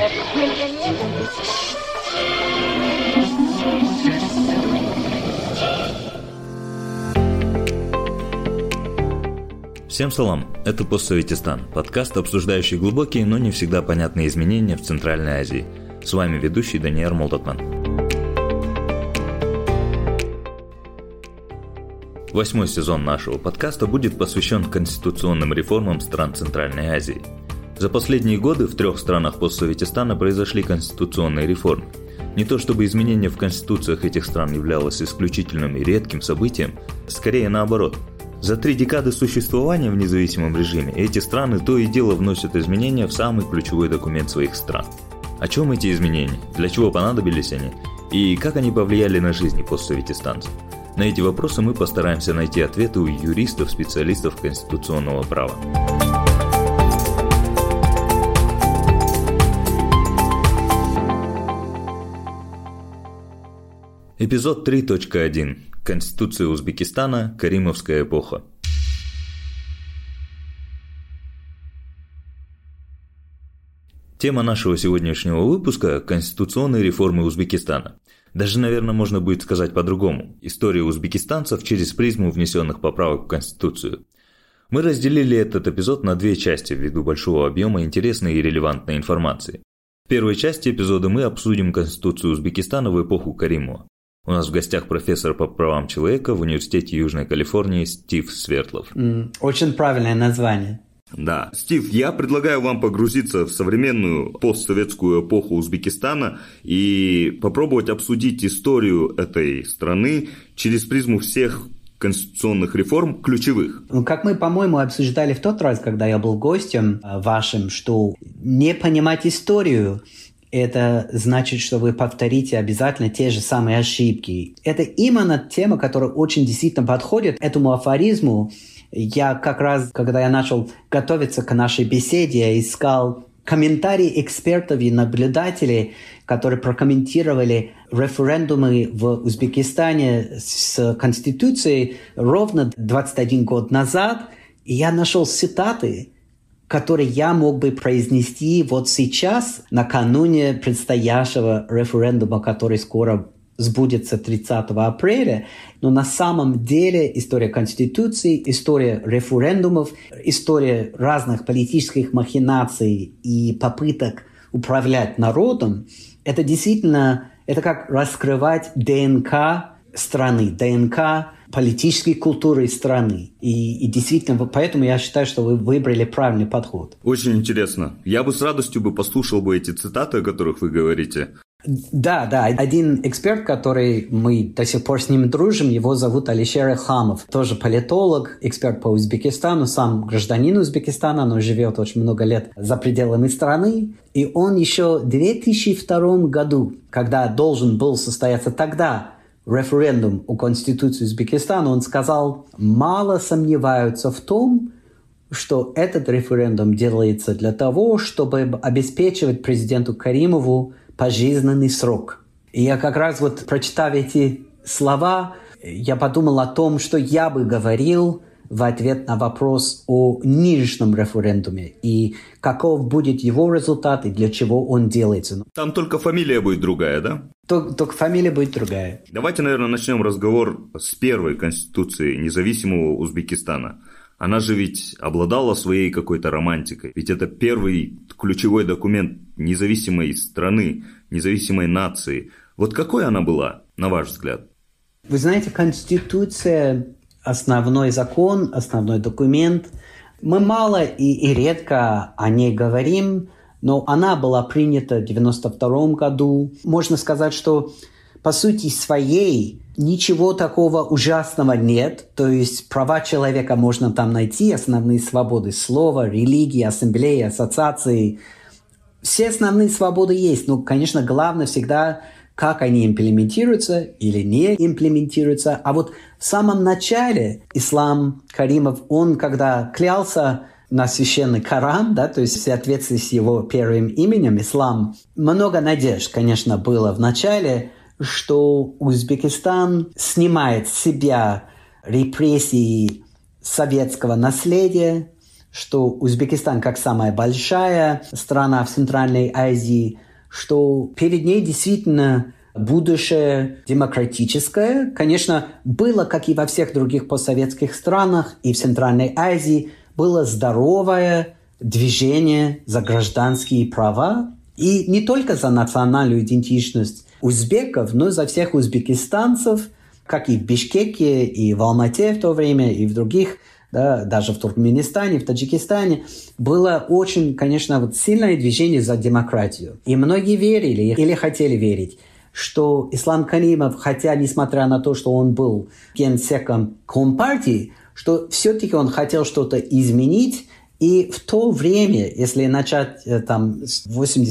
Всем салам, это «Постсоветистан», подкаст, обсуждающий глубокие, но не всегда понятные изменения в Центральной Азии. С вами ведущий Даниил Молдатман. 8-й сезон нашего подкаста будет посвящен конституционным реформам стран Центральной Азии. За последние годы в 3 странах постсоветистана произошли конституционные реформы. Не то чтобы изменение в конституциях этих стран являлось исключительным и редким событием, скорее наоборот. За 3 декады существования в независимом режиме эти страны то и дело вносят изменения в самый ключевой документ своих стран. О чем эти изменения, для чего понадобились они и как они повлияли на жизнь постсоветистанцев? На эти вопросы мы постараемся найти ответы у юристов, специалистов конституционного права. Эпизод 3.1. Конституция Узбекистана. Каримовская эпоха. Тема нашего сегодняшнего выпуска – конституционные реформы Узбекистана. Даже, наверное, можно будет сказать по-другому. История узбекистанцев через призму внесенных поправок в Конституцию. Мы разделили этот эпизод на 2 части ввиду большого объема интересной и релевантной информации. В первой части эпизода мы обсудим Конституцию Узбекистана в эпоху Каримова. У нас в гостях профессор по правам человека в Университете Южной Калифорнии Стив Свердлов. Очень правильное название. Да. Стив, я предлагаю вам погрузиться в современную постсоветскую эпоху Узбекистана и попробовать обсудить историю этой страны через призму всех конституционных реформ ключевых. Как мы, по-моему, обсуждали в тот раз, когда я был гостем вашим, что не понимать историю – это значит, что вы повторите обязательно те же самые ошибки. Это именно тема, которая очень действительно подходит этому афоризму. Я как раз, когда я начал готовиться к нашей беседе, я искал комментарии экспертов и наблюдателей, которые прокомментировали референдумы в Узбекистане с Конституцией ровно 21 год назад. И я нашел цитаты, которые я мог бы произнести вот сейчас, накануне предстоящего референдума, который скоро сбудется 30 апреля. Но на самом деле история Конституции, история референдумов, история разных политических махинаций и попыток управлять народом, это действительно, это как раскрывать ДНК страны, ДНК политической культуры страны. И действительно, поэтому я считаю, что вы выбрали правильный подход. Очень интересно. Я бы с радостью послушал эти цитаты, о которых вы говорите. Да. Один эксперт, который мы до сих пор с ним дружим, его зовут Алишер Элхамов. Тоже политолог, эксперт по Узбекистану, сам гражданин Узбекистана, но живет очень много лет за пределами страны. И он еще в 2002 году, когда должен был состояться тогда референдум о Конституции Узбекистана, он сказал, мало сомневаются в том, что этот референдум делается для того, чтобы обеспечивать президенту Каримову пожизненный срок. И я как раз прочитав эти слова, я подумал о том, что я бы говорил в ответ на вопрос о нынешнем референдуме и каков будет его результат и для чего он делается. Там только фамилия будет другая, да? Только фамилия будет другая. Давайте, наверное, начнем разговор с первой конституции независимого Узбекистана. Она же ведь обладала своей какой-то романтикой. Ведь это первый ключевой документ независимой страны, независимой нации. Вот какой она была, на ваш взгляд? Вы знаете, Конституция – основной закон, основной документ. Мы мало и редко о ней говорим, но она была принята в 1992 году. Можно сказать, что по сути своей ничего такого ужасного нет. То есть права человека можно там найти, основные свободы слова, религии, ассамблеи, ассоциации. Все основные свободы есть. Но, конечно, главное всегда, как они имплементируются или не имплементируются. А вот в самом начале ислам Каримов, он когда клялся на священный Коран, да, то есть в соответствии с его первым именем, ислам, много надежд, конечно, было в начале, что Узбекистан снимает с себя репрессии советского наследия, что Узбекистан, как самая большая страна в Центральной Азии, что перед ней действительно будущее демократическое. Конечно, было, как и во всех других постсоветских странах, и в Центральной Азии, было здоровое движение за гражданские права. И не только за национальную идентичность узбеков, но и за всех узбекистанцев, как и в Бишкеке, и в Алмате в то время, и в других, да, даже в Туркменистане, в Таджикистане, было очень, конечно, сильное движение за демократию. И многие верили или хотели верить, что Ислам Каримов, хотя, несмотря на то, что он был генсеком Компартии, что все-таки он хотел что-то изменить. И в то время, если начать там, с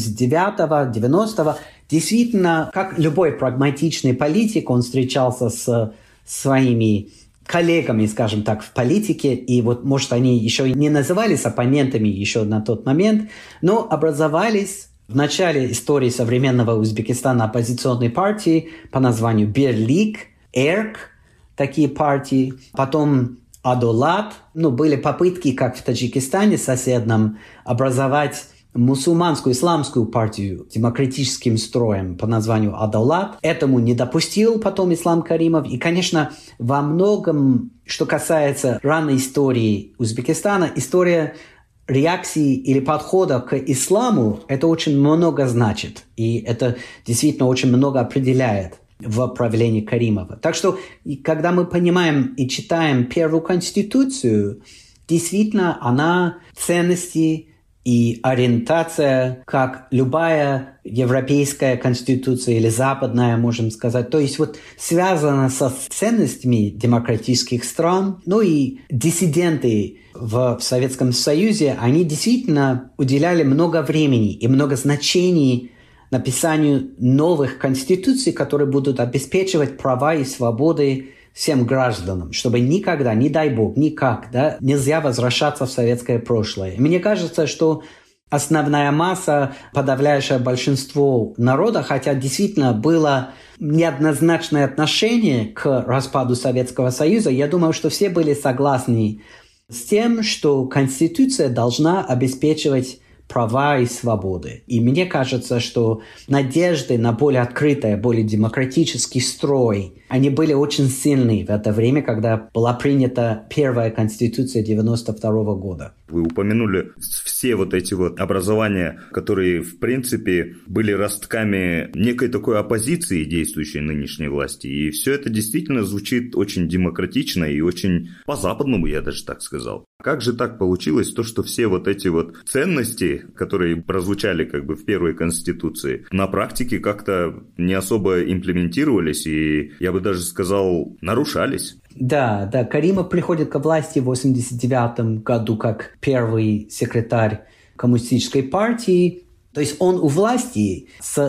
89-го, 90-го, действительно, как любой прагматичный политик, он встречался с своими коллегами, скажем так, в политике. И вот, может, они еще не назывались оппонентами еще на тот момент, но образовались в начале истории современного Узбекистана оппозиционной партии по названию Берлик, ЭРК, такие партии. Потом Адолат. Были попытки, как в Таджикистане соседнем, образовать мусульманскую исламскую партию демократическим строем по названию Адолат. Этому не допустил потом Ислам Каримов. И, конечно, во многом, что касается ранней истории Узбекистана, история реакции или подхода к исламу, это очень много значит. И это действительно очень много определяет в правлении Каримова. Так что, когда мы понимаем и читаем первую конституцию, действительно, она ценности и ориентация, как любая европейская конституция или западная, можем сказать, то есть связана со ценностями демократических стран. И диссиденты в Советском Союзе, они действительно уделяли много времени и много значений написанию новых конституций, которые будут обеспечивать права и свободы всем гражданам, чтобы никогда, не дай бог, никак, нельзя возвращаться в советское прошлое. Мне кажется, что основная масса, подавляющее большинство народа, хотя действительно было неоднозначное отношение к распаду Советского Союза, я думаю, что все были согласны с тем, что Конституция должна обеспечивать права и свободы. И мне кажется, что надежды на более открытый, более демократический строй, они были очень сильны в это время, когда была принята первая Конституция 92 года. Вы упомянули все эти образования, которые, в принципе, были ростками некой такой оппозиции действующей нынешней власти. И все это действительно звучит очень демократично и очень по-западному, я даже так сказал. Как же так получилось, что все эти ценности, которые прозвучали в первой Конституции, на практике как-то не особо имплементировались и, я бы даже сказал, нарушались? Да, Каримов приходит к власти в 1989 году как первый секретарь Коммунистической партии. То есть он у власти с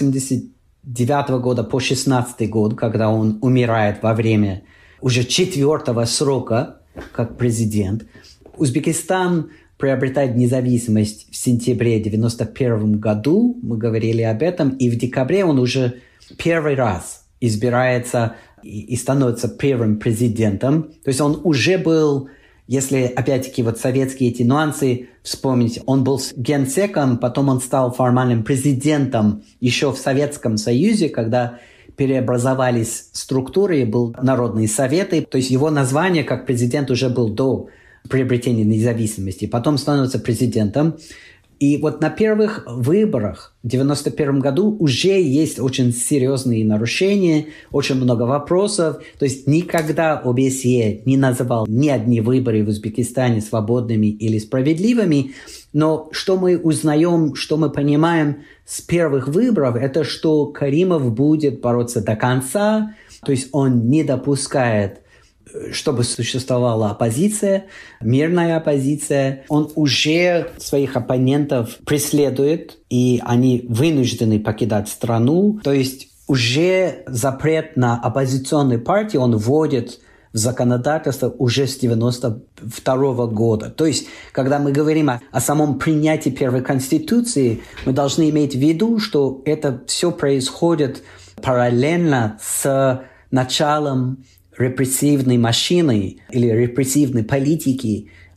1989 года по 1916 год, когда он умирает во время уже 4-го срока как президент. Узбекистан приобретает независимость в сентябре 1991 году, мы говорили об этом, и в декабре он уже первый раз избирается и становится первым президентом. То есть он уже был, если опять-таки советские эти нюансы вспомнить, он был генсеком, потом он стал формальным президентом еще в Советском Союзе, когда переобразовались структуры, был Народные Советы, то есть его название как президент уже был до приобретения независимости, потом становится президентом. И на первых выборах в 1991 году уже есть очень серьезные нарушения, очень много вопросов. То есть никогда ОБСЕ не называл ни одни выборы в Узбекистане свободными или справедливыми. Но что мы узнаем, что мы понимаем с первых выборов, это что Каримов будет бороться до конца. То есть он не допускает, чтобы существовала оппозиция, мирная оппозиция. Он уже своих оппонентов преследует, и они вынуждены покидать страну. То есть уже запрет на оппозиционные партии он вводит в законодательство уже с 1992 года. То есть, когда мы говорим о самом принятии первой Конституции, мы должны иметь в виду, что это все происходит параллельно с началом репрессивной машины или репрессивной политики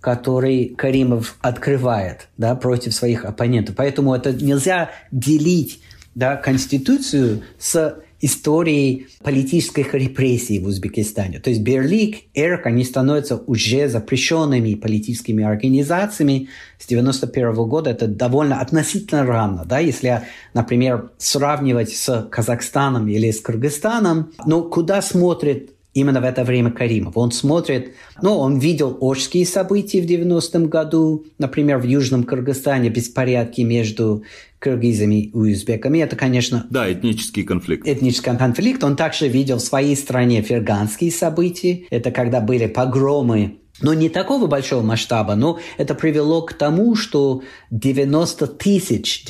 который Каримов открывает, да, против своих оппонентов. Поэтому это нельзя делить, да, Конституцию с историей политических репрессий в Узбекистане. То есть Берлик, ЭРК, они становятся уже запрещенными политическими организациями с 1991 года. Это довольно относительно рано, да, если, например, сравнивать с Казахстаном или с Кыргызстаном. Но куда смотрит именно в это время Каримов? Он смотрит, он видел Ошские события в 90-м году, например, в Южном Кыргызстане, беспорядки между киргизами и узбеками. Это, конечно... Да, этнический конфликт. Этнический конфликт. Он также видел в своей стране ферганские события. Это когда были погромы, но не такого большого масштаба, но это привело к тому, что 90 тысяч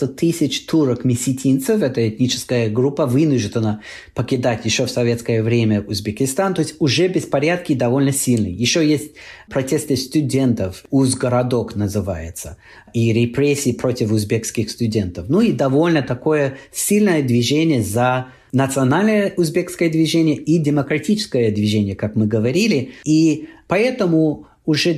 турок-мессетинцев, эта этническая группа, вынуждена покидать еще в советское время Узбекистан. То есть уже беспорядки довольно сильные. Еще есть протесты студентов, Узгородок называется, и репрессии против узбекских студентов. И довольно такое сильное движение за национальное узбекское движение и демократическое движение, как мы говорили. И поэтому уже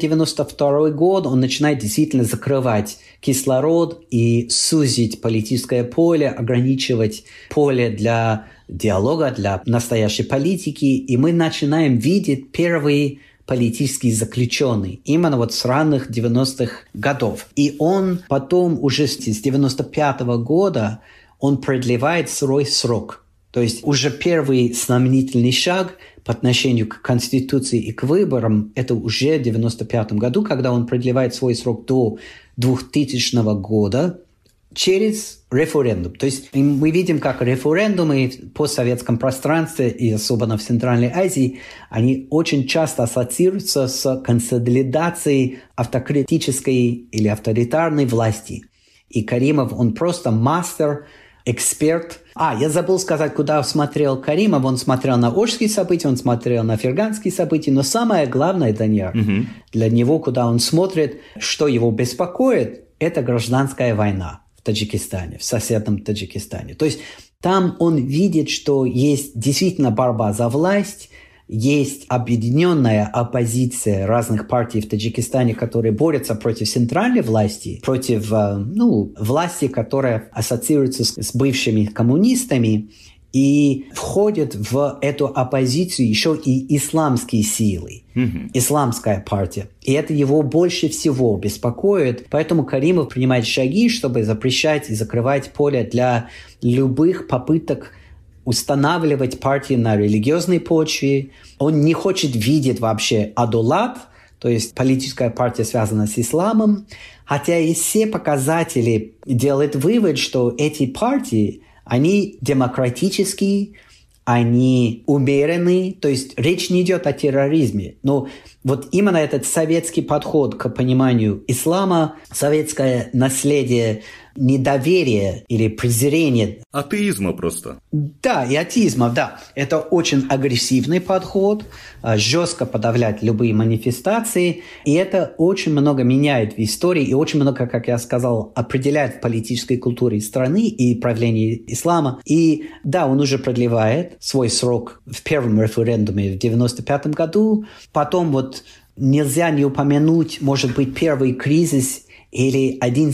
92 год он начинает действительно закрывать кислород и сузить политическое поле, ограничивать поле для диалога, для настоящей политики. И мы начинаем видеть первые политические заключенные, именно с ранних 90-х годов. И он потом уже с 95 года он продлевает свой срок. То есть уже первый знаменательный шаг по отношению к Конституции и к выборам, это уже в 1995 году, когда он продлевает свой срок до 2000 года через референдум. То есть мы видим, как референдумы в постсоветском пространстве, и особенно в Центральной Азии, они очень часто ассоциируются с консолидацией автократической или авторитарной власти. И Каримов, он просто мастер, эксперт. Я забыл сказать, куда смотрел Каримов. Он смотрел на Ошские события, он смотрел на ферганские события. Но самое главное, Даниил, для него, куда он смотрит, что его беспокоит, это гражданская война в Таджикистане, в соседнем Таджикистане. То есть там он видит, что есть действительно борьба за власть, есть объединенная оппозиция разных партий в Таджикистане, которые борются против центральной власти, против власти, которая ассоциируется с бывшими коммунистами, и входят в эту оппозицию еще и исламские силы, исламская партия. И это его больше всего беспокоит. Поэтому Каримов принимает шаги, чтобы запрещать и закрывать поле для любых попыток устанавливать партии на религиозной почве. Он не хочет видеть вообще адулат, то есть политическая партия связана с исламом. Хотя и все показатели делают вывод, что эти партии, они демократические, они умеренные, то есть речь не идет о терроризме. Но именно этот советский подход к пониманию ислама, советское наследие недоверия или презрения. Атеизма просто. Да, и атеизма, да. Это очень агрессивный подход, жестко подавлять любые манифестации. И это очень много меняет в истории и очень много, как я сказал, определяет в политической культуре страны и правлении ислама. И да, он уже продлевает свой срок в первом референдуме в 1995 году. Потом нельзя не упомянуть, может быть, первый кризис или один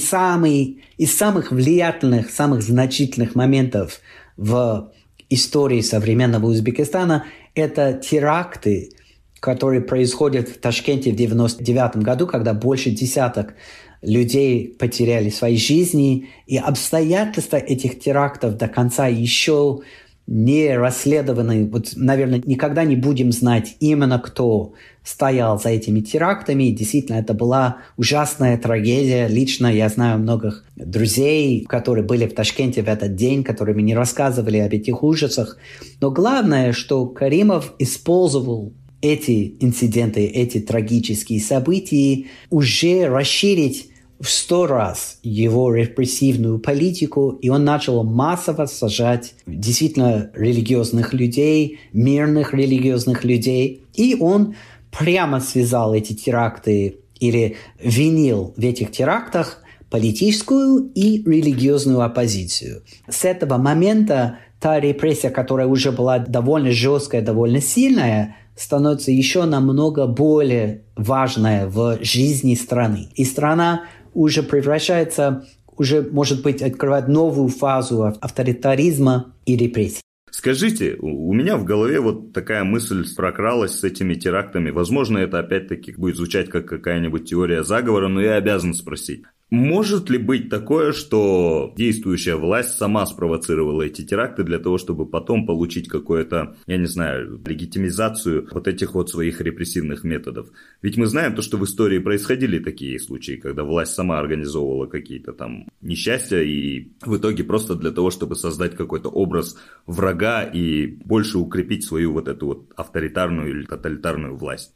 из самых влиятельных, самых значительных моментов в истории современного Узбекистана – это теракты, которые происходят в Ташкенте в 1999 году, когда больше десяток людей потеряли свои жизни, и обстоятельства этих терактов до конца еще не расследованы. Наверное, никогда не будем знать именно, кто стоял за этими терактами. Действительно, это была ужасная трагедия. Лично я знаю многих друзей, которые были в Ташкенте в этот день, которые мне рассказывали об этих ужасах. Но главное, что Каримов использовал эти инциденты, эти трагические события, уже расширить в 100 раз его репрессивную политику, и он начал массово сажать действительно религиозных людей, мирных религиозных людей, и он прямо связал эти теракты или винил в этих терактах политическую и религиозную оппозицию. С этого момента та репрессия, которая уже была довольно жесткая, довольно сильная, становится еще намного более важная в жизни страны. И страна уже превращается, уже, может быть, открывает новую фазу авторитаризма и репрессий. Скажите, у меня в голове вот такая мысль прокралась с этими терактами. Возможно, это опять-таки будет звучать как какая-нибудь теория заговора, но я обязан спросить. Может ли быть такое, что действующая власть сама спровоцировала эти теракты для того, чтобы потом получить какую-то, я не знаю, легитимизацию вот этих вот своих репрессивных методов? Ведь мы знаем то, что в истории происходили такие случаи, когда власть сама организовывала какие-то там несчастья и в итоге просто для того, чтобы создать какой-то образ врага и больше укрепить свою вот эту вот авторитарную или тоталитарную власть.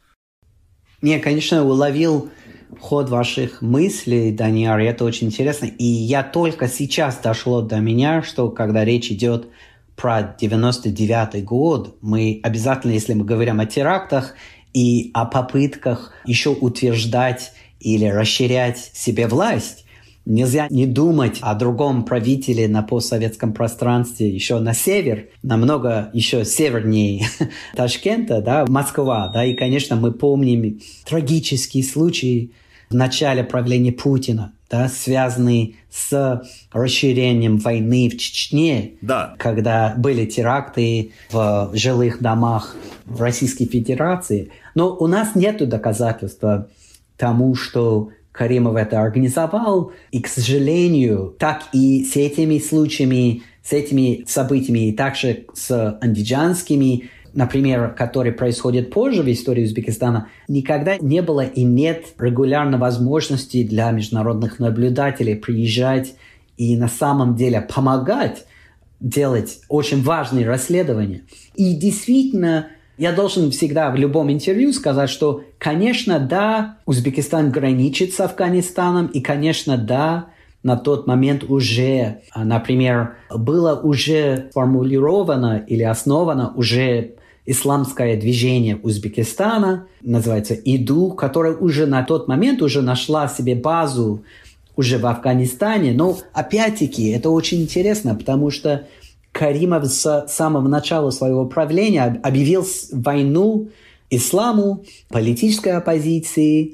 Не, конечно, уловил ход ваших мыслей, Даниэль, это очень интересно. И я только сейчас дошло до меня, что когда речь идет про 99-й год, мы обязательно, если мы говорим о терактах и о попытках еще утверждать или расширять себе власть, нельзя не думать о другом правителе на постсоветском пространстве еще на север, намного еще севернее Ташкента, да, Москва. Да, и, конечно, мы помним трагические случаи в начале правления Путина, да, связанные с расширением войны в Чечне, да. Когда были теракты в жилых домах в Российской Федерации. Но у нас нет доказательства тому, что Каримов это организовал, и, к сожалению, так и с этими случаями, с этими событиями, и также с андижанскими, например, которые происходят позже в истории Узбекистана, никогда не было и нет регулярной возможности для международных наблюдателей приезжать и на самом деле помогать делать очень важные расследования. И действительно, я должен всегда в любом интервью сказать, что, конечно, да, Узбекистан граничит с Афганистаном, и, конечно, да, на тот момент уже, например, было уже сформулировано или основано уже исламское движение Узбекистана, называется ИДУ, которое уже на тот момент уже нашла себе базу уже в Афганистане. Но, опять-таки, это очень интересно, потому что Каримов с самого начала своего правления объявил войну исламу, политической оппозиции,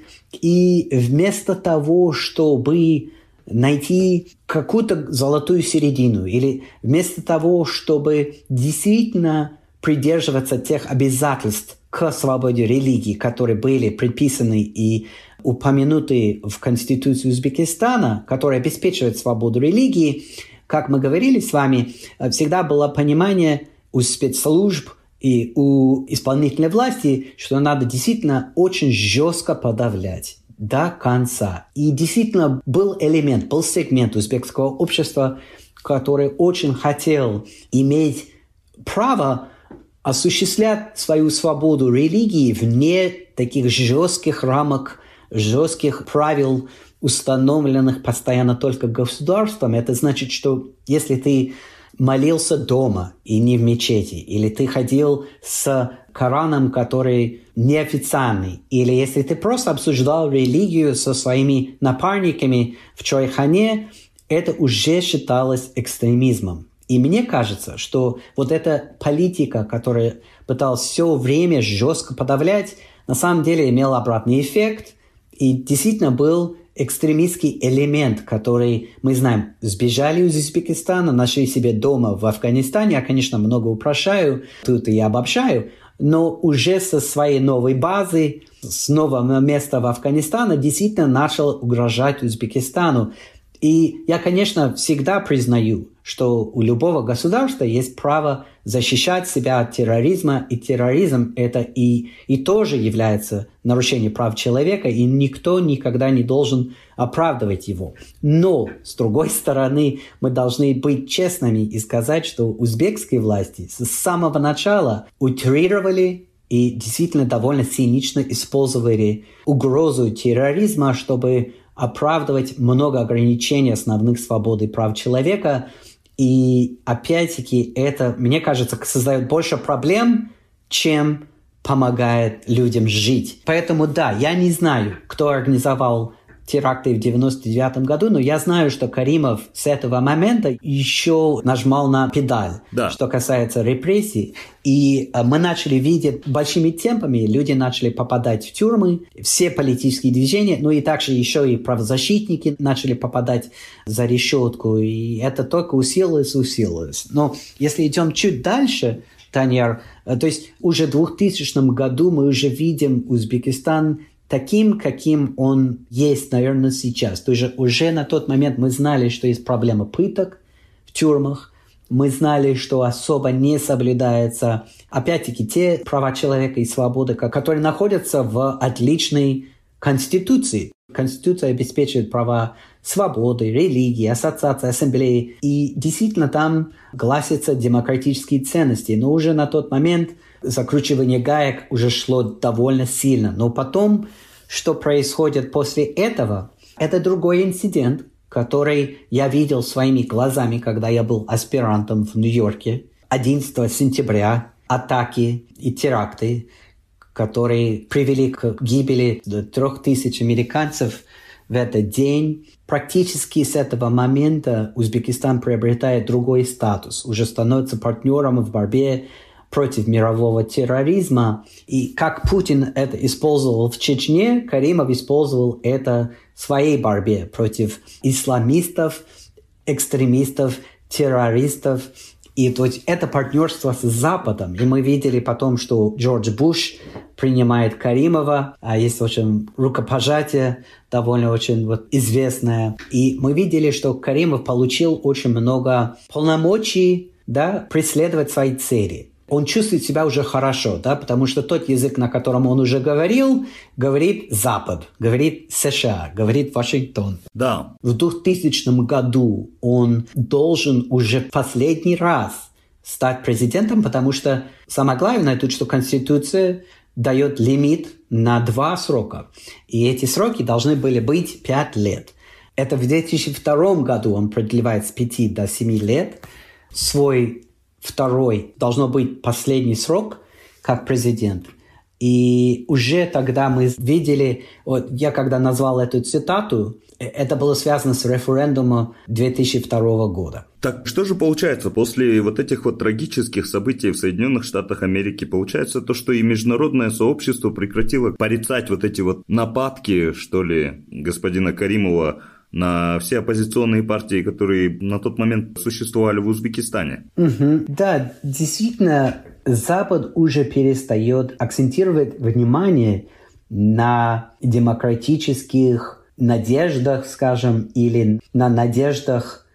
и вместо того, чтобы найти какую-то золотую середину, или вместо того, чтобы действительно придерживаться тех обязательств к свободе религии, которые были предписаны и упомянуты в Конституции Узбекистана, которая обеспечивает свободу религии, как мы говорили с вами, всегда было понимание у спецслужб и у исполнительной власти, что надо действительно очень жестко подавлять до конца. И действительно был элемент, был сегмент узбекского общества, который очень хотел иметь право осуществлять свою свободу религии вне таких жестких рамок, жестких правил, установленных постоянно только государством. Это значит, что если ты молился дома и не в мечети, или ты ходил с Кораном, который неофициальный, или если ты просто обсуждал религию со своими напарниками в чайхане, это уже считалось экстремизмом. И мне кажется, что вот эта политика, которая пыталась все время жестко подавлять, на самом деле имела обратный эффект и действительно был экстремистский элемент, который, мы знаем, сбежали из Узбекистана, нашли себе дома в Афганистане. Я, конечно, много упрощаю, тут и обобщаю, но уже со своей новой базы, с нового места в Афганистане действительно начал угрожать Узбекистану. И я, конечно, всегда признаю, что у любого государства есть право защищать себя от терроризма, и терроризм это и тоже является нарушением прав человека, и никто никогда не должен оправдывать его. Но, с другой стороны, мы должны быть честными и сказать, что узбекские власти с самого начала утрировали и действительно довольно цинично использовали угрозу терроризма, чтобы оправдывать много ограничений основных свобод и прав человека. И опять-таки это, мне кажется, создает больше проблем, чем помогает людям жить. Поэтому да, я не знаю, кто организовал теракты в 1999 году, но я знаю, что Каримов с этого момента еще нажимал на педаль, что касается репрессий. И мы начали видеть большими темпами, люди начали попадать в тюрьмы, все политические движения, ну и также еще и правозащитники начали попадать за решетку, и это только усилилось. Но если идем чуть дальше, Таньяр, то есть уже в 2000 году мы уже видим Узбекистан таким, каким он есть, наверное, сейчас. То есть уже на тот момент мы знали, что есть проблема пыток в тюрьмах, мы знали, что особо не соблюдаются, опять-таки, те права человека и свободы, которые находятся в отличной Конституции. Конституция обеспечивает права свободы, религии, ассоциации, ассамблеи. И действительно там гласятся демократические ценности. Но уже на тот момент закручивание гаек уже шло довольно сильно. Но потом, что происходит после этого, это другой инцидент, который я видел своими глазами, когда я был аспирантом в Нью-Йорке. 11 сентября атаки и теракты, которые привели к гибели 3000 американцев в этот день. Практически с этого момента Узбекистан приобретает другой статус, уже становится партнером в борьбе против мирового терроризма. И как Путин это использовал в Чечне, Каримов использовал это в своей борьбе против исламистов, экстремистов, террористов. И то есть это партнерство с Западом. И мы видели потом, что Джордж Буш принимает Каримова, а есть очень рукопожатие, довольно очень известное. И мы видели, что Каримов получил очень много полномочий, преследовать свои цели. Он чувствует себя уже хорошо, потому что тот язык, на котором он уже говорил, говорит Запад, говорит США, говорит Вашингтон. Да. В 2000 году он должен уже в последний раз стать президентом, потому что самое главное тут, что Конституция дает лимит на 2 срока. И эти сроки должны были быть 5 лет. Это в 2002 году он продлевает с 5 до 7 лет. Свой второй должно быть последний срок как президент. И уже тогда мы видели, я когда назвал эту цитату, это было связано с референдумом 2002 года. Так что же получается после вот этих трагических событий в Соединенных Штатах Америки? Получается то, что и международное сообщество прекратило порицать эти нападки, что ли, господина Каримова на все оппозиционные партии, которые на тот момент существовали в Узбекистане. Да, действительно, Запад уже перестает акцентировать внимание на демократических надеждах, скажем, или на надеждах,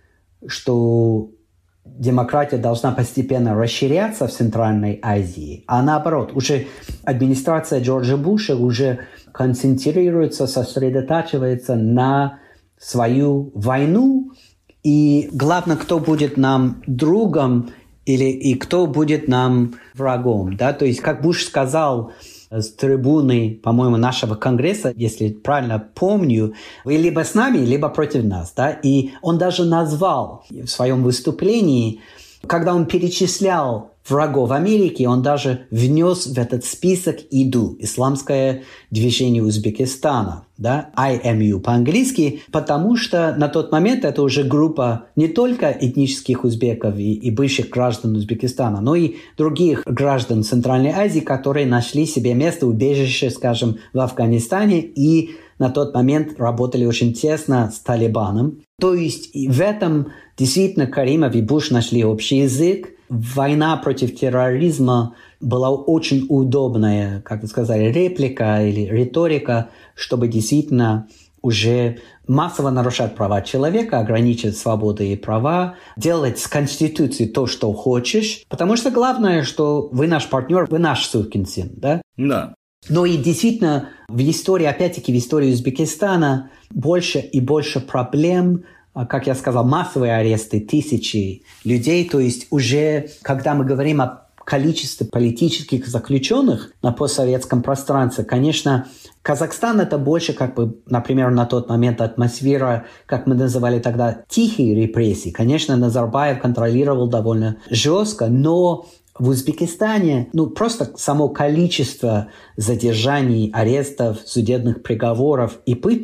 что демократия должна постепенно расширяться в Центральной Азии. А наоборот, уже администрация Джорджа Буша уже концентрируется, сосредотачивается на свою войну, и главное, кто будет нам другом и кто будет нам врагом. То есть, как Буш сказал с трибуны, по-моему, нашего Конгресса, если правильно помню, вы либо с нами, либо против нас. И он даже назвал в своем выступлении, когда он перечислял врагов Америки, он даже внес в этот список ИДУ, Исламское движение Узбекистана, IMU по-английски, потому что на тот момент это уже группа не только этнических узбеков и бывших граждан Узбекистана, но и других граждан Центральной Азии, которые нашли себе место, убежище, скажем, в Афганистане и на тот момент работали очень тесно с Талибаном. То есть в этом действительно Каримов и Буш нашли общий язык. Война против терроризма была очень удобная, как вы сказали, реплика или риторика, чтобы действительно уже массово нарушать права человека, ограничивать свободы и права, делать с Конституцией то, что хочешь, потому что главное, что вы наш партнер, вы наш сукин сын, Да. Но и действительно в истории, опять-таки в истории Узбекистана больше и больше проблем, как я сказал, массовые аресты, тысячи людей. То есть уже, когда мы говорим о количестве политических заключенных на постсоветском пространстве, конечно, Казахстан это больше, например, на тот момент атмосфера, как мы называли тогда, тихие репрессии. Конечно, Назарбаев контролировал довольно жестко, но в Узбекистане, просто само количество задержаний, арестов, судебных приговоров и пыток,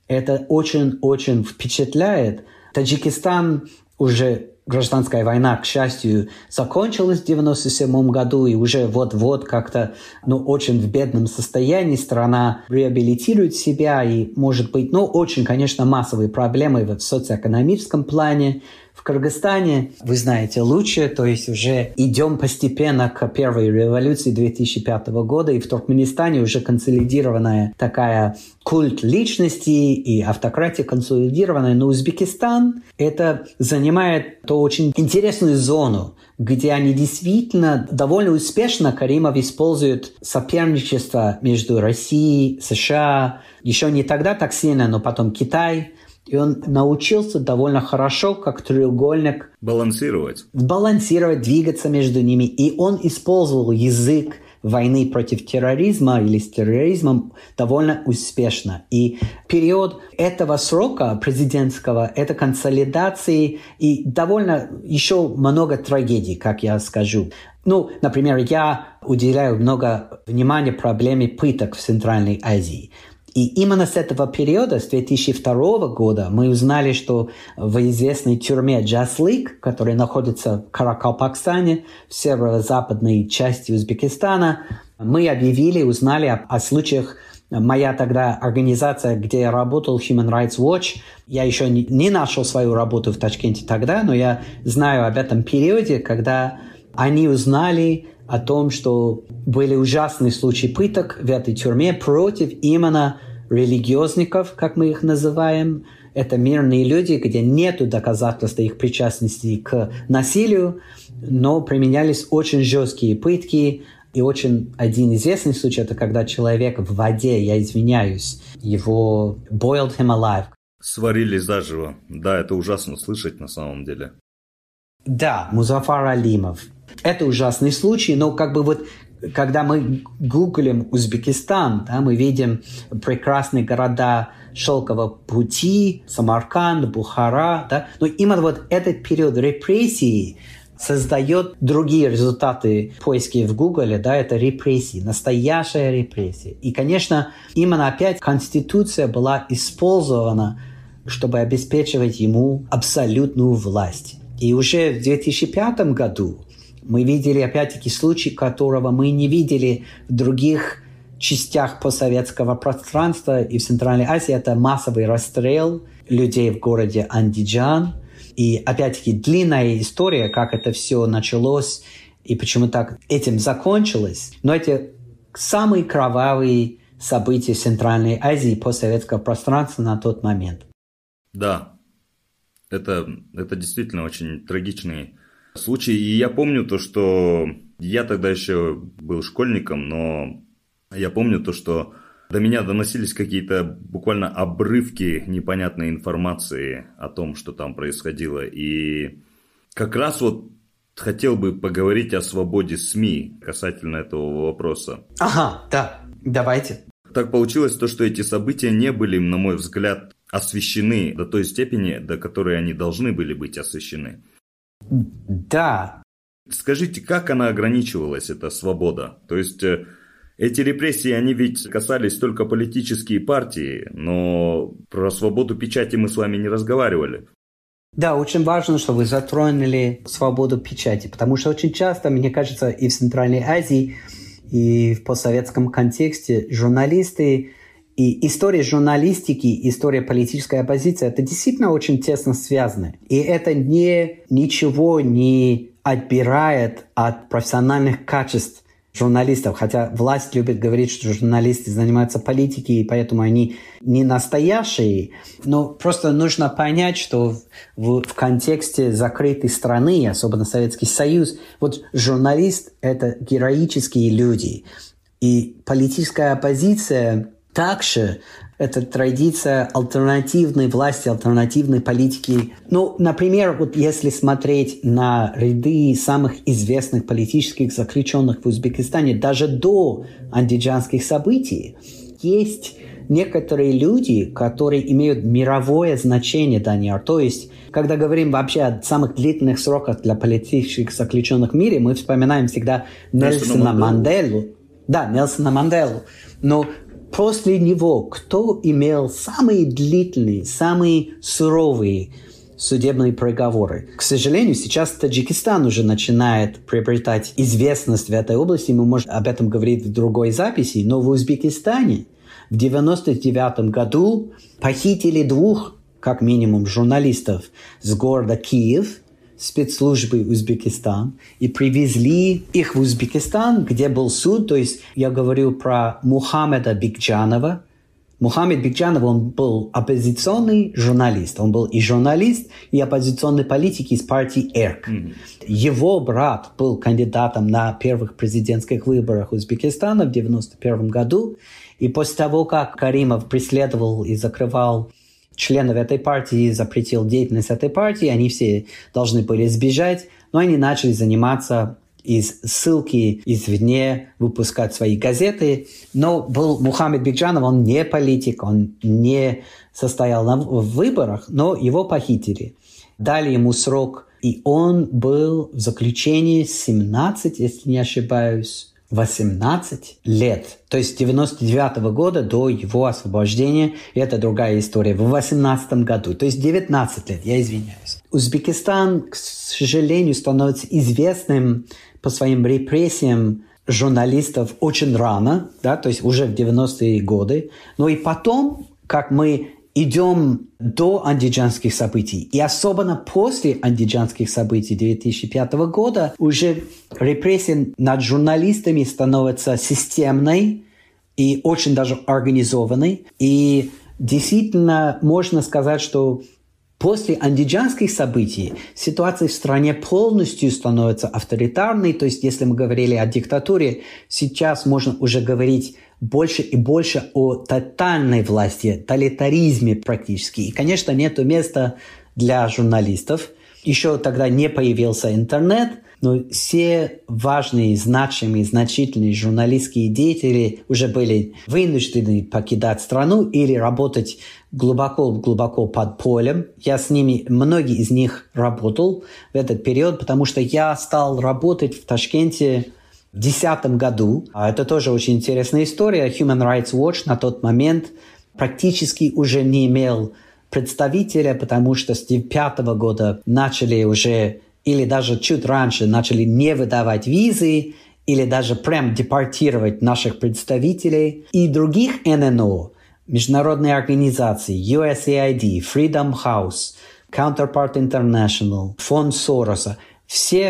Это очень-очень впечатляет. Таджикистан уже... Гражданская война, к счастью, закончилась в 1997 году, и уже вот-вот как-то, очень в бедном состоянии страна реабилитирует себя, и, может быть, очень, конечно, массовые проблемы в социоэкономическом плане. В Кыргызстане, вы знаете лучше, то есть уже идем постепенно к первой революции 2005 года, и в Туркменистане уже консолидированная такая культ личности и автократия консолидированная. Но Узбекистан это занимает ту очень интересную зону, где они действительно довольно успешно, Каримов использует соперничество между Россией, США, еще не тогда так сильно, но потом Китай. И он научился довольно хорошо, как треугольник... Балансировать, двигаться между ними. И он использовал язык войны против терроризма или с терроризмом довольно успешно. И период этого срока президентского – это консолидации и довольно еще много трагедий, как я скажу. Например, я уделяю много внимания проблеме пыток в Центральной Азии. И именно с этого периода, с 2002 года, мы узнали, что в известной тюрьме Джаслык, которая находится в Каракалпакстане, в северо-западной части Узбекистана, мы узнали о случаях. Моя тогда организация, где я работал, Human Rights Watch, я еще не нашел свою работу в Ташкенте тогда, но я знаю об этом периоде, когда они узнали о том, что были ужасные случаи пыток в этой тюрьме против именно религиозников, как мы их называем. Это мирные люди, где нет доказательств их причастности к насилию, но применялись очень жесткие пытки. И очень один известный случай – это когда человек в воде, я извиняюсь, его boiled him alive. Сварили заживо. Да, это ужасно слышать на самом деле. Да, Музафар Алимов. Это ужасный случай, но когда мы гуглим Узбекистан, мы видим прекрасные города Шелкового пути, Самарканд, Бухара. Но именно этот период репрессий создает другие результаты поиски в Гугле, это репрессии, настоящая репрессия. И, конечно, именно опять Конституция была использована, чтобы обеспечивать ему абсолютную власть. И уже в 2005 году мы видели, опять-таки, случай, которого мы не видели в других частях постсоветского пространства и в Центральной Азии. Это массовый расстрел людей в городе Андиджан. И, опять-таки, длинная история, как это все началось и почему так этим закончилось. Но эти самые кровавые события в Центральной Азии и постсоветского пространства на тот момент. Да, это действительно очень трагичный случай. И я помню то, что я тогда еще был школьником, но я помню то, что до меня доносились какие-то буквально обрывки непонятной информации о том, что там происходило. И как раз хотел бы поговорить о свободе СМИ касательно этого вопроса. Ага, да, давайте. Так получилось то, что эти события не были, на мой взгляд, освещены до той степени, до которой они должны были быть освещены. Да. Скажите, как она ограничивалась, эта свобода? То есть эти репрессии, они ведь касались только политические партии, но про свободу печати мы с вами не разговаривали. Да, очень важно, что вы затронули свободу печати, потому что очень часто, мне кажется, и в Центральной Азии, и в постсоветском контексте журналисты и история журналистики, история политической оппозиции – это действительно очень тесно связаны. И это ничего не отбирает от профессиональных качеств журналистов. Хотя власть любит говорить, что журналисты занимаются политикой, и поэтому они не настоящие. Но просто нужно понять, что в контексте закрытой страны, особенно Советский Союз, журналист – это героические люди. И политическая оппозиция – также это традиция альтернативной власти, альтернативной политики. Например, если смотреть на ряды самых известных политических заключенных в Узбекистане, даже до андиджанских событий, есть некоторые люди, которые имеют мировое значение, Даниэль. То есть, когда говорим вообще о самых длительных сроках для политических заключенных в мире, мы вспоминаем всегда Нельсона Манделу. Да, Нельсона Манделу. Но после него кто имел самые длительные, самые суровые судебные приговоры? К сожалению, сейчас Таджикистан уже начинает приобретать известность в этой области. Мы можем об этом говорить в другой записи. Но в Узбекистане в 1999 году похитили 2, как минимум, журналистов с города Киев, спецслужбы Узбекистан, и привезли их в Узбекистан, где был суд. То есть я говорю про Мухаммеда Бикджанова. Мухаммед Бикджанов, он был оппозиционный журналист. Он был и журналист, и оппозиционный политик из партии ЭРК. Его брат был кандидатом на первых президентских выборах Узбекистана в 1991 году. И после того, как Каримов преследовал и закрывал членов этой партии, запретил деятельность этой партии, они все должны были сбежать, но они начали заниматься из ссылки извне, выпускать свои газеты. Но был Мухаммед Бикджанов, он не политик, он не состоял в выборах, но его похитили. Дали ему срок, и он был в заключении 17, если не ошибаюсь, 18 лет. То есть с 1999 года до его освобождения. Это другая история. В 2018 году. То есть 19 лет, я извиняюсь. Узбекистан, к сожалению, становится известным по своим репрессиям журналистов очень рано, да, то есть уже в 90-е годы. Но и потом, как мы идем до андижанских событий, и особенно после андижанских событий 2005 года, уже репрессия над журналистами становится системной и очень даже организованной. И действительно можно сказать, что после андижанских событий ситуация в стране полностью становится авторитарной. То есть, если мы говорили о диктатуре, сейчас можно уже говорить больше и больше о тотальной власти, тоталитаризме практически. И, конечно, нет места для журналистов. Еще тогда не появился интернет, но все важные, значимые, значительные журналистские деятели уже были вынуждены покидать страну или работать глубоко под полем. Я с ними, многие из них работал в этот период, потому что я стал работать в Ташкенте в 2010 году. Это тоже очень интересная история. Human Rights Watch на тот момент практически уже не имел представителя, потому что с 2005 года начали уже, или даже чуть раньше, начали не выдавать визы, или даже прям депортировать наших представителей. И других ННО, международные организации, USAID, Freedom House, Counterpart International, фонд Сороса, все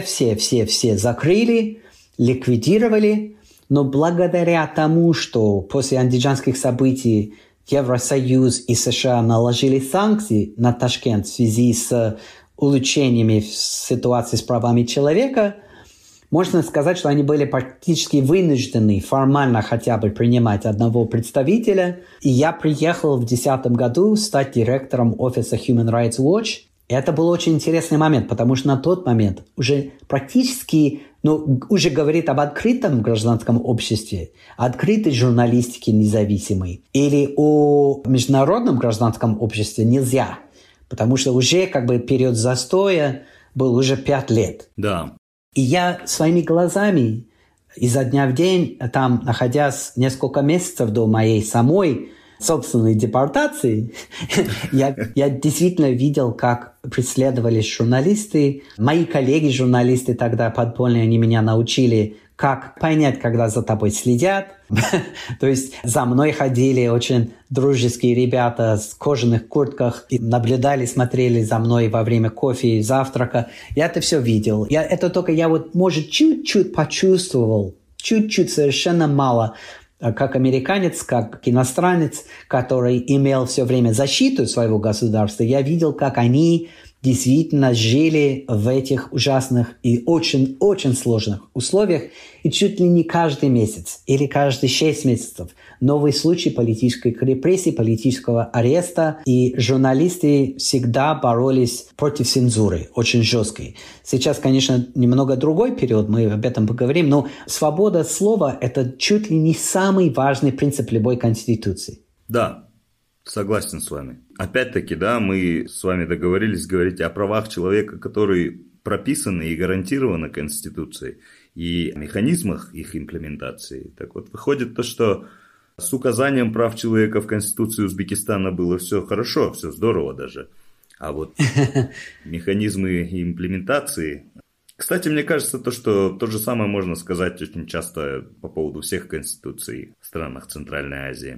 закрыли, ликвидировали. Но благодаря тому, что после андижанских событий Евросоюз и США наложили санкции на Ташкент в связи с улучшениями в ситуации с правами человека, можно сказать, что они были практически вынуждены формально хотя бы принимать одного представителя. И я приехал в 2010 году стать директором офиса Human Rights Watch. И это был очень интересный момент, потому что на тот момент уже практически, уже говорит об открытом гражданском обществе, открытой журналистике независимой. Или о международном гражданском обществе нельзя, потому что уже период застоя был уже 5 лет. Да. И я своими глазами изо дня в день, там, находясь несколько месяцев до моей самой собственной депортации, я действительно видел, как преследовались журналисты. Мои коллеги-журналисты тогда подпольные, они меня научили, как понять, когда за тобой следят. То есть за мной ходили очень дружеские ребята в кожаных куртках и наблюдали, смотрели за мной во время кофе и завтрака. Я это все видел. Может, чуть-чуть почувствовал, чуть-чуть, совершенно мало, как американец, как иностранец, который имел все время защиту своего государства. Я видел, как они действительно жили в этих ужасных и очень-очень сложных условиях. И чуть ли не каждый месяц или каждые 6 месяцев новый случай политической репрессии, политического ареста. И журналисты всегда боролись против цензуры, очень жесткой. Сейчас, конечно, немного другой период, мы об этом поговорим, но свобода слова – это чуть ли не самый важный принцип любой конституции. Да. Согласен с вами. Опять-таки, да, мы с вами договорились говорить о правах человека, которые прописаны и гарантированы Конституцией, и механизмах их имплементации. Так вот, выходит то, что С указанием прав человека в Конституции Узбекистана было все хорошо, все здорово даже. А вот механизмы имплементации... Кстати, мне кажется, что то же самое можно сказать очень часто по поводу всех конституций в странах Центральной Азии.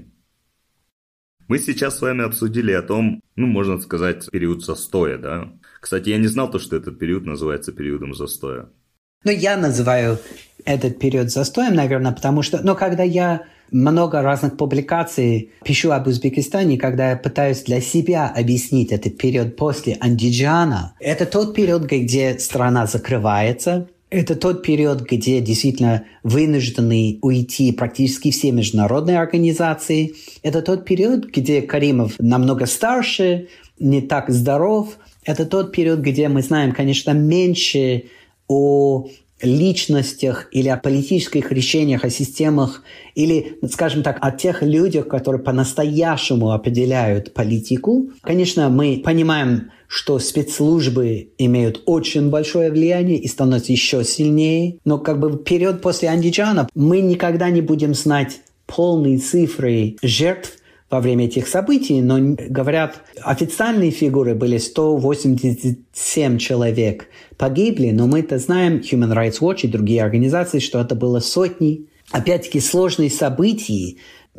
Мы сейчас с вами обсудили о том, можно сказать, период застоя, да? Кстати, я не знал, что этот период называется периодом застоя. Я называю этот период застоем, наверное, потому что, когда я много разных публикаций пишу об Узбекистане, когда я пытаюсь для себя объяснить этот период после Андижана, это тот период, где страна закрывается, это тот период, где действительно вынуждены уйти практически все международные организации. Это тот период, где Каримов намного старше, не так здоров. Это тот период, где мы знаем, конечно, меньше о личностях или о политических решениях, о системах, или, скажем так, о тех людях, которые по-настоящему определяют политику. Конечно, мы понимаем, что спецслужбы имеют очень большое влияние и становятся еще сильнее. Но в период после Андижана мы никогда не будем знать полные цифры жертв во время этих событий, но, говорят, официальные фигуры были 187 человек погибли, но мы-то знаем, Human Rights Watch и другие организации, что это было сотни. Опять-таки сложные события,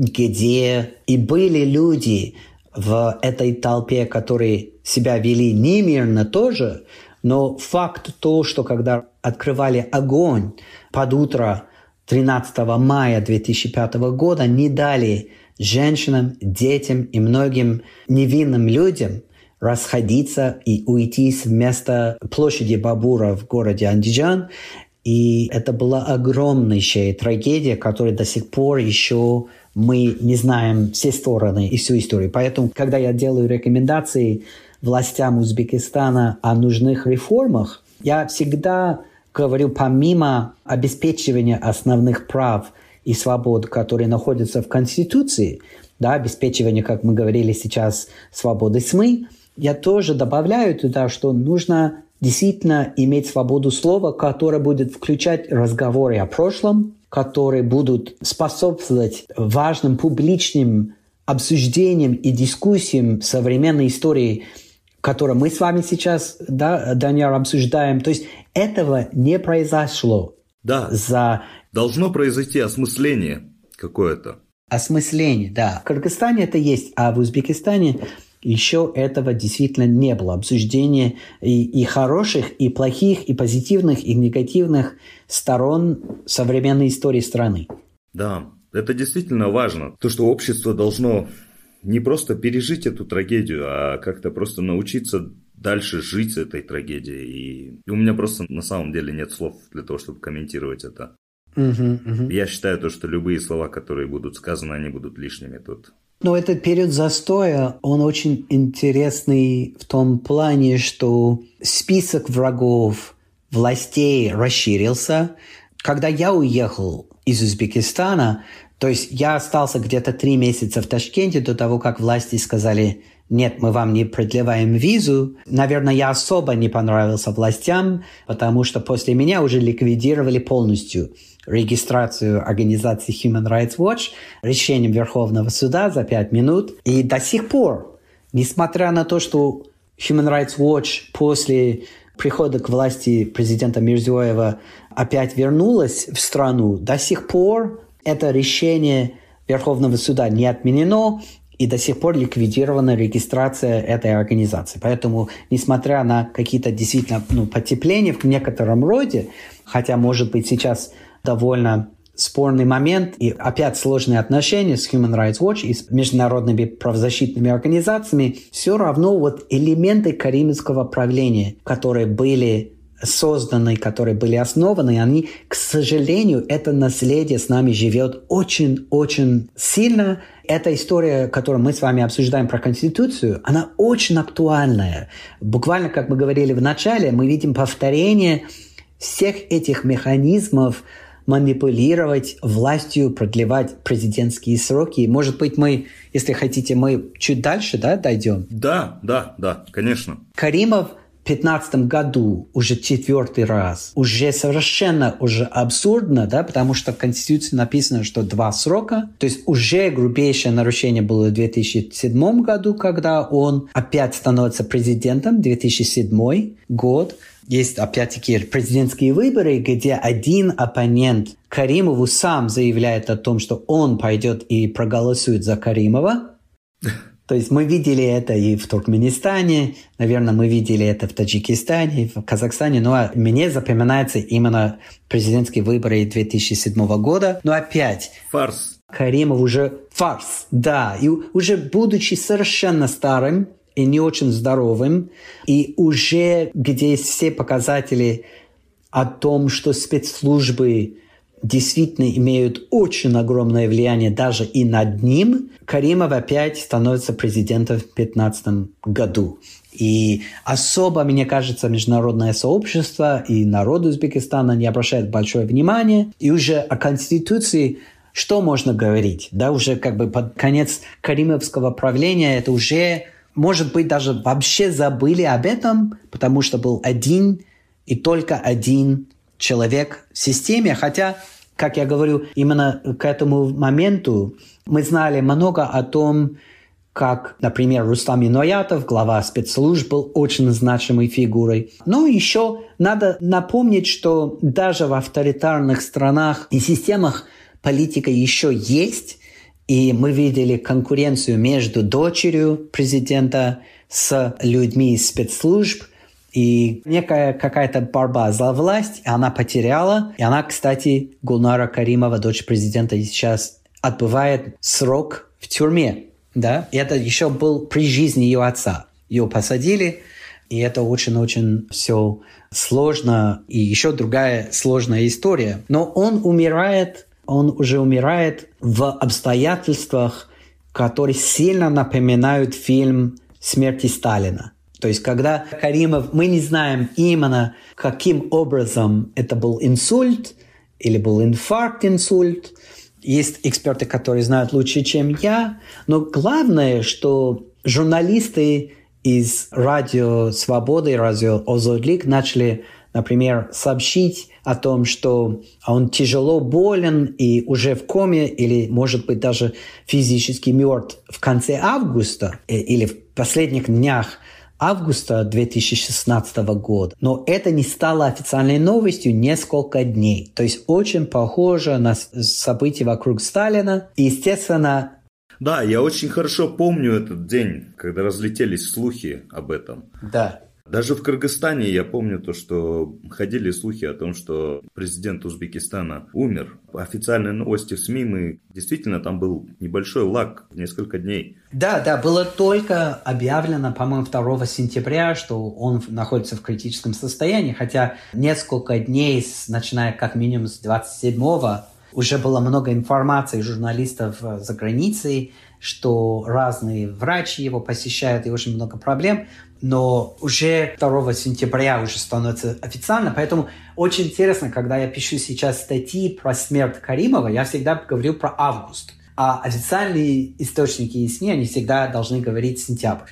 где и были люди в этой толпе, которые себя вели немирно тоже, но факт то, что когда открывали огонь под утро 13 мая 2005 года, не дали женщинам, детям и многим невинным людям расходиться и уйти с места площади Бабура в городе Андижан. И это была огромнейшая трагедия, которая до сих пор еще мы не знаем все стороны и всю историю. Поэтому, когда я делаю рекомендации властям Узбекистана о нужных реформах, я всегда говорю, помимо обеспечивания основных прав и свобод, которые находятся в Конституции, обеспечивание, как мы говорили сейчас, свободы СМИ, я тоже добавляю туда, что нужно действительно иметь свободу слова, которая будет включать разговоры о прошлом, которые будут способствовать важным публичным обсуждениям и дискуссиям современной истории, которую мы с вами сейчас, Даниэль, обсуждаем. То есть этого не произошло. Да. Должно произойти осмысление какое-то. Осмысление, да. В Кыргызстане это есть, а в Узбекистане еще этого действительно не было. Обсуждение и хороших, и плохих, и позитивных, и негативных сторон современной истории страны. Да, это действительно важно. То, что общество должно не просто пережить эту трагедию, а как-то просто научиться дальше жить с этой трагедией. И у меня просто на самом деле нет слов для того, чтобы комментировать это. Я считаю, что любые слова, которые будут сказаны, они будут лишними тут. Но этот период застоя, он очень интересный в том плане, что список врагов властей расширился. Когда я уехал из Узбекистана, то есть я остался где-то 3 месяца в Ташкенте до того, как власти сказали: нет, мы вам не продлеваем визу. Наверное, я особо не понравился властям, потому что после меня уже ликвидировали полностью регистрацию организации Human Rights Watch решением Верховного суда за 5 минут. И до сих пор, несмотря на то, что Human Rights Watch после прихода к власти президента Мирзиёева опять вернулась в страну, до сих пор это решение Верховного суда не отменено, и до сих пор ликвидирована регистрация этой организации. Поэтому, несмотря на какие-то действительно потепления в некотором роде, хотя, может быть, сейчас довольно спорный момент и опять сложные отношения с Human Rights Watch и с международными правозащитными организациями, все равно элементы каримского правления, которые были созданы, которые были основаны, они, к сожалению, это наследие с нами живет очень-очень сильно. Эта история, которую мы с вами обсуждаем про Конституцию, она очень актуальная. Буквально, как мы говорили в начале, мы видим повторение всех этих механизмов манипулировать властью, продлевать президентские сроки. Может быть, мы, если хотите, мы чуть дальше, дойдем? Да, конечно. Каримов 2015 году уже 4-й раз. Уже совершенно абсурдно, да, потому что в Конституции написано, что 2 срока. То есть уже грубейшее нарушение было в 2007 году, когда он опять становится президентом, 2007 год. Есть, опять-таки, президентские выборы, где один оппонент Каримову сам заявляет о том, что он пойдет и проголосует за Каримова. То есть мы видели это и в Туркменистане, наверное, мы видели это в Таджикистане, в Казахстане, но мне запоминаются именно президентские выборы 2007 года. Но опять... Фарс. Каримов уже фарс, да. И уже будучи совершенно старым, и не очень здоровым, и уже где есть все показатели о том, что спецслужбы действительно имеют очень огромное влияние даже и над ним, Каримов опять становится президентом в 2015 году. И особо, мне кажется, международное сообщество и народ Узбекистана не обращает большое внимание. И уже о Конституции что можно говорить? Да, уже как бы под конец каримовского правления это уже... Может быть, даже вообще забыли об этом, потому что был один и только один человек в системе. Хотя, как я говорю, именно к этому моменту мы знали много о том, как, например, Рустам Иноятов, глава спецслужб, был очень значимой фигурой. Но еще надо напомнить, что даже в авторитарных странах и системах политика еще есть. И мы видели конкуренцию между дочерью президента с людьми из спецслужб. И некая какая-то борьба за власть, и она потеряла. И она, кстати, Гулнара Каримова, дочь президента, сейчас отбывает срок в тюрьме. Да? И это еще был при жизни ее отца. Ее посадили, и это очень-очень все сложно. И еще другая сложная история. Но он уже умирает в обстоятельствах, которые сильно напоминают фильм «Смерть Сталина». То есть, когда Каримов, мы не знаем именно, каким образом это был инсульт или был инфаркт-инсульт. Есть эксперты, которые знают лучше, чем я. Но главное, что журналисты из Радио Свободы, Радио Озодлик начали, например, сообщить о том, что он тяжело болен и уже в коме или, может быть, даже физически мертв в конце августа или в последних днях августа 2016 года. Но это не стало официальной новостью несколько дней. То есть очень похоже на события вокруг Сталина. И, естественно... Да, я очень хорошо помню этот день, когда разлетелись слухи об этом. Да. Даже в Кыргызстане я помню то, что ходили слухи о том, что президент Узбекистана умер. По официальной новости в СМИ действительно там был небольшой лаг в несколько дней. Да, было только объявлено, по-моему, 2 сентября, что он находится в критическом состоянии, хотя несколько дней, начиная как минимум с 27-го, уже было много информации журналистов за границей, что разные врачи его посещают и очень много проблем. Но уже 2 сентября уже становится официально. Поэтому очень интересно, когда я пишу сейчас статьи про смерть Каримова, я всегда говорю про август. А официальные источники и СМИ, они всегда должны говорить сентябрь.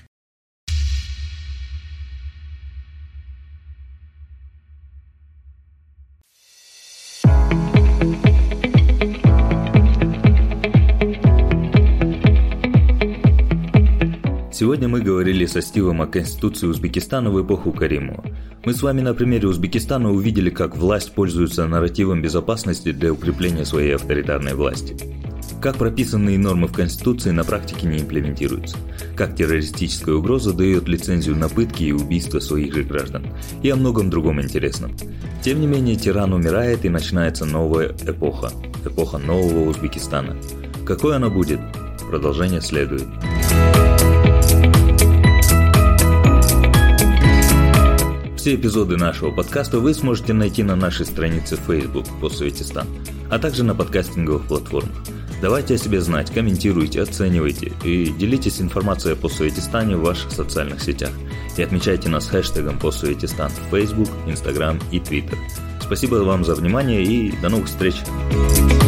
Сегодня мы говорили со Стивом о Конституции Узбекистана в эпоху Каримова. Мы с вами на примере Узбекистана увидели, как власть пользуется нарративом безопасности для укрепления своей авторитарной власти. Как прописанные нормы в Конституции на практике не имплементируются. Как террористическая угроза дает лицензию на пытки и убийства своих же граждан. И о многом другом интересном. Тем не менее, тиран умирает и начинается новая эпоха. Эпоха нового Узбекистана. Какой она будет? Продолжение следует. Все эпизоды нашего подкаста вы сможете найти на нашей странице в Facebook «Постсоветистан», а также на подкастинговых платформах. Давайте о себе знать, комментируйте, оценивайте и делитесь информацией о Постсоветистане в ваших социальных сетях. И отмечайте нас хэштегом «Постсоветистан» в Facebook, Instagram и Twitter. Спасибо вам за внимание и до новых встреч!